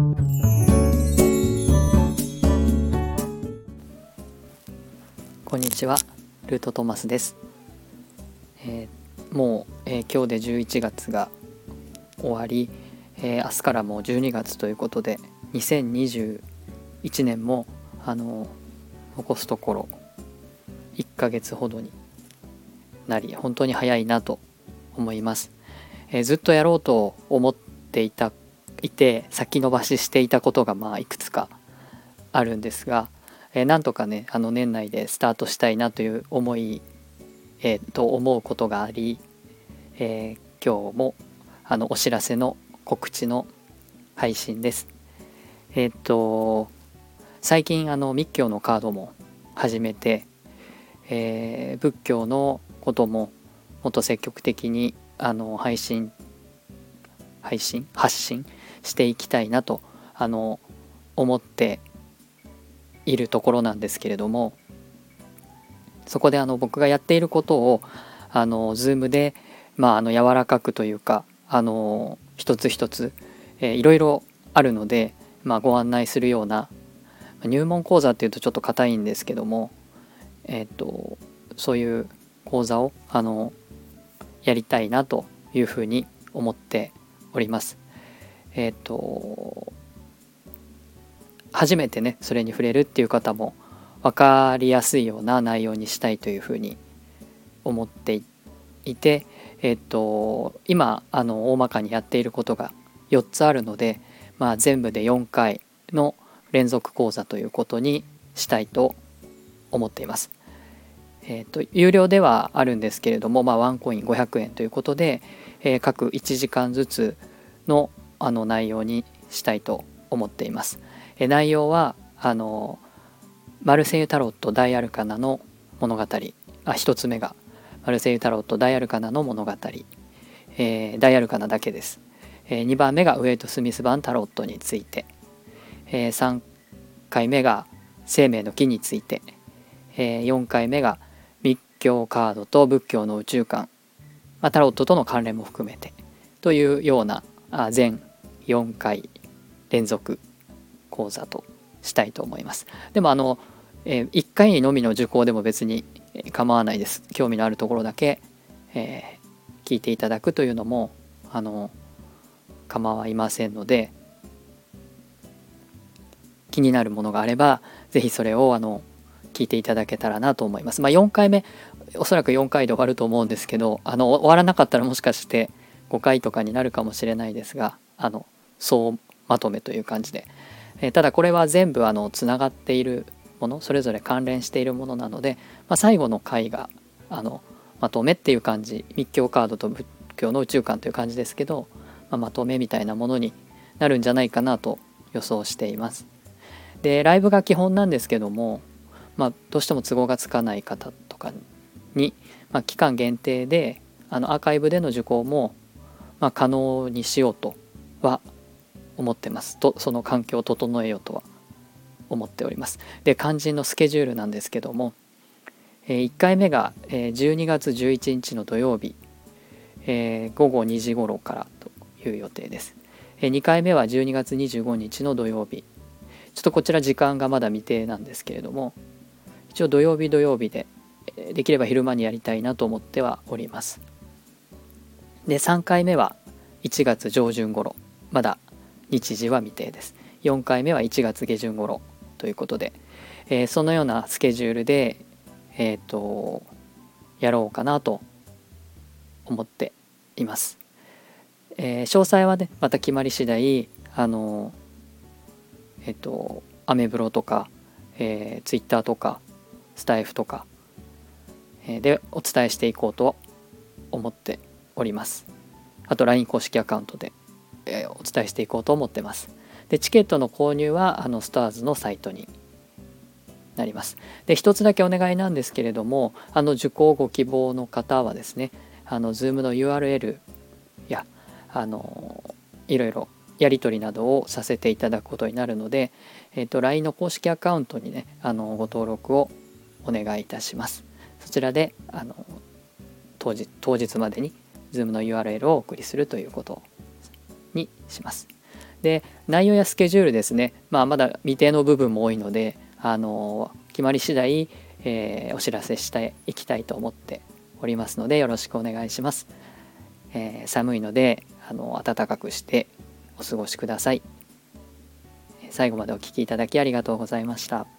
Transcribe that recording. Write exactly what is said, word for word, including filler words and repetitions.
こんにちは、ルートトマスです。えー、もう、えー、今日でじゅういちがつが終わり、えー、明日からもうじゅうにがつということで、にせんにじゅういちねんもあの残すところいっかげつほどになり、本当に早いなと思います。えー、ずっとやろうと思っていたいて先延ばししていたことがまあいくつかあるんですが、えー、なんとかねあの年内でスタートしたいなという思い、えー、と思うことがあり、えー、今日もあのお知らせの告知の配信です。えっ、ー、と最近あの密教のカードも始めて、えー、仏教のことももっと積極的にあの配信配信発信していきたいなとあの思っているところなんですけれども、そこであの僕がやっていることをあの Zoom で、まあ、あの柔らかくというかあの一つ一つ、えー、いろいろあるので、まあ、ご案内するような入門講座っていうとちょっと硬いんですけども、えー、とそういう講座をあのやりたいなというふうに思っております。えっ、と初めてねそれに触れるっていう方も分かりやすいような内容にしたいというふうに思っていて、えっと今あの大まかにやっていることがよっつあるので、まあ、全部でよんかいの連続講座ということにしたいと思っています。えっと有料ではあるんですけれども、まあ、ワンコインごひゃくえんということで、えー、各いちじかんずつのあの内容にしたいと思っています。えー、内容はあのマルセイユタロット大アルカナの物語、あひとつめがマルセイユタロット大アルカナの物語、えー、大アルカナだけです。えー、にばんめがウェイト・スミス版タロットについて、えー、さんかいめが生命の木について、えー、よんかいめが密教カードと仏教の宇宙観、まあ、タロットとの関連も含めてというようなあ全よんかい連続講座としたいと思います。でもあの、えー、いっかいのみの受講でも別に構わないです。興味のあるところだけ、えー、聞いていただくというのもあの構いませんので、気になるものがあればぜひそれをあの聞いていただけたらなと思います。まあ、よんかいめおそらくよんかいで終わると思うんですけど、あの終わらなかったらもしかしてごかいとかになるかもしれないですが、あの総まとめという感じで、えー、ただこれは全部あのつながっているもの、それぞれ関連しているものなので、まあ、最後の回があのまとめっていう感じ、密教カードと仏教の宇宙観という感じですけど、まあ、まとめみたいなものになるんじゃないかなと予想しています。でライブが基本なんですけども、まあ、どうしても都合がつかない方とかに、まあ、期間限定であのアーカイブでの受講も、まあ、可能にしようとは思ってますと、その環境を整えようとは思っております。で肝心のスケジュールなんですけども、えー、いっかいめがじゅうにがつじゅういちにちの土曜日、えー、ごごにじ頃からという予定です。えー、にかいめはじゅうにがつにじゅうごにちの土曜日、ちょっとこちら時間がまだ未定なんですけれども、一応土曜日土曜日でできれば昼間にやりたいなと思ってはおります。でさんかいめはいちがつ上旬頃、まだ日時は未定です。よんかいめはいちがつ下旬頃ということで、えー、そのようなスケジュールで、えー、とやろうかなと思っています。えー、詳細はねまた決まり次第あのえっ、ー、とアメブロとか、えー、ツイッターとかスタイフとかでお伝えしていこうと思っております。あと ライン 公式アカウントで、えー、お伝えしていこうと思ってます。でチケットの購入はあのスターズのサイトになります。で一つだけお願いなんですけれども、あの受講ご希望の方はですね、あの Zoom の ユーアールエル やあのいろいろやり取りなどをさせていただくことになるので、えー、と ライン の公式アカウントにねあのご登録をお願いいたします。そちらであの 当日、当日までに Zoom の ユーアールエル をお送りするということにします。 で内容やスケジュールですね、まあ、まだ未定の部分も多いので、あの決まり次第、えー、お知らせしていきたいと思っておりますので、よろしくお願いします。えー、寒いのであの暖かくしてお過ごしください。最後までお聞きいただきありがとうございました。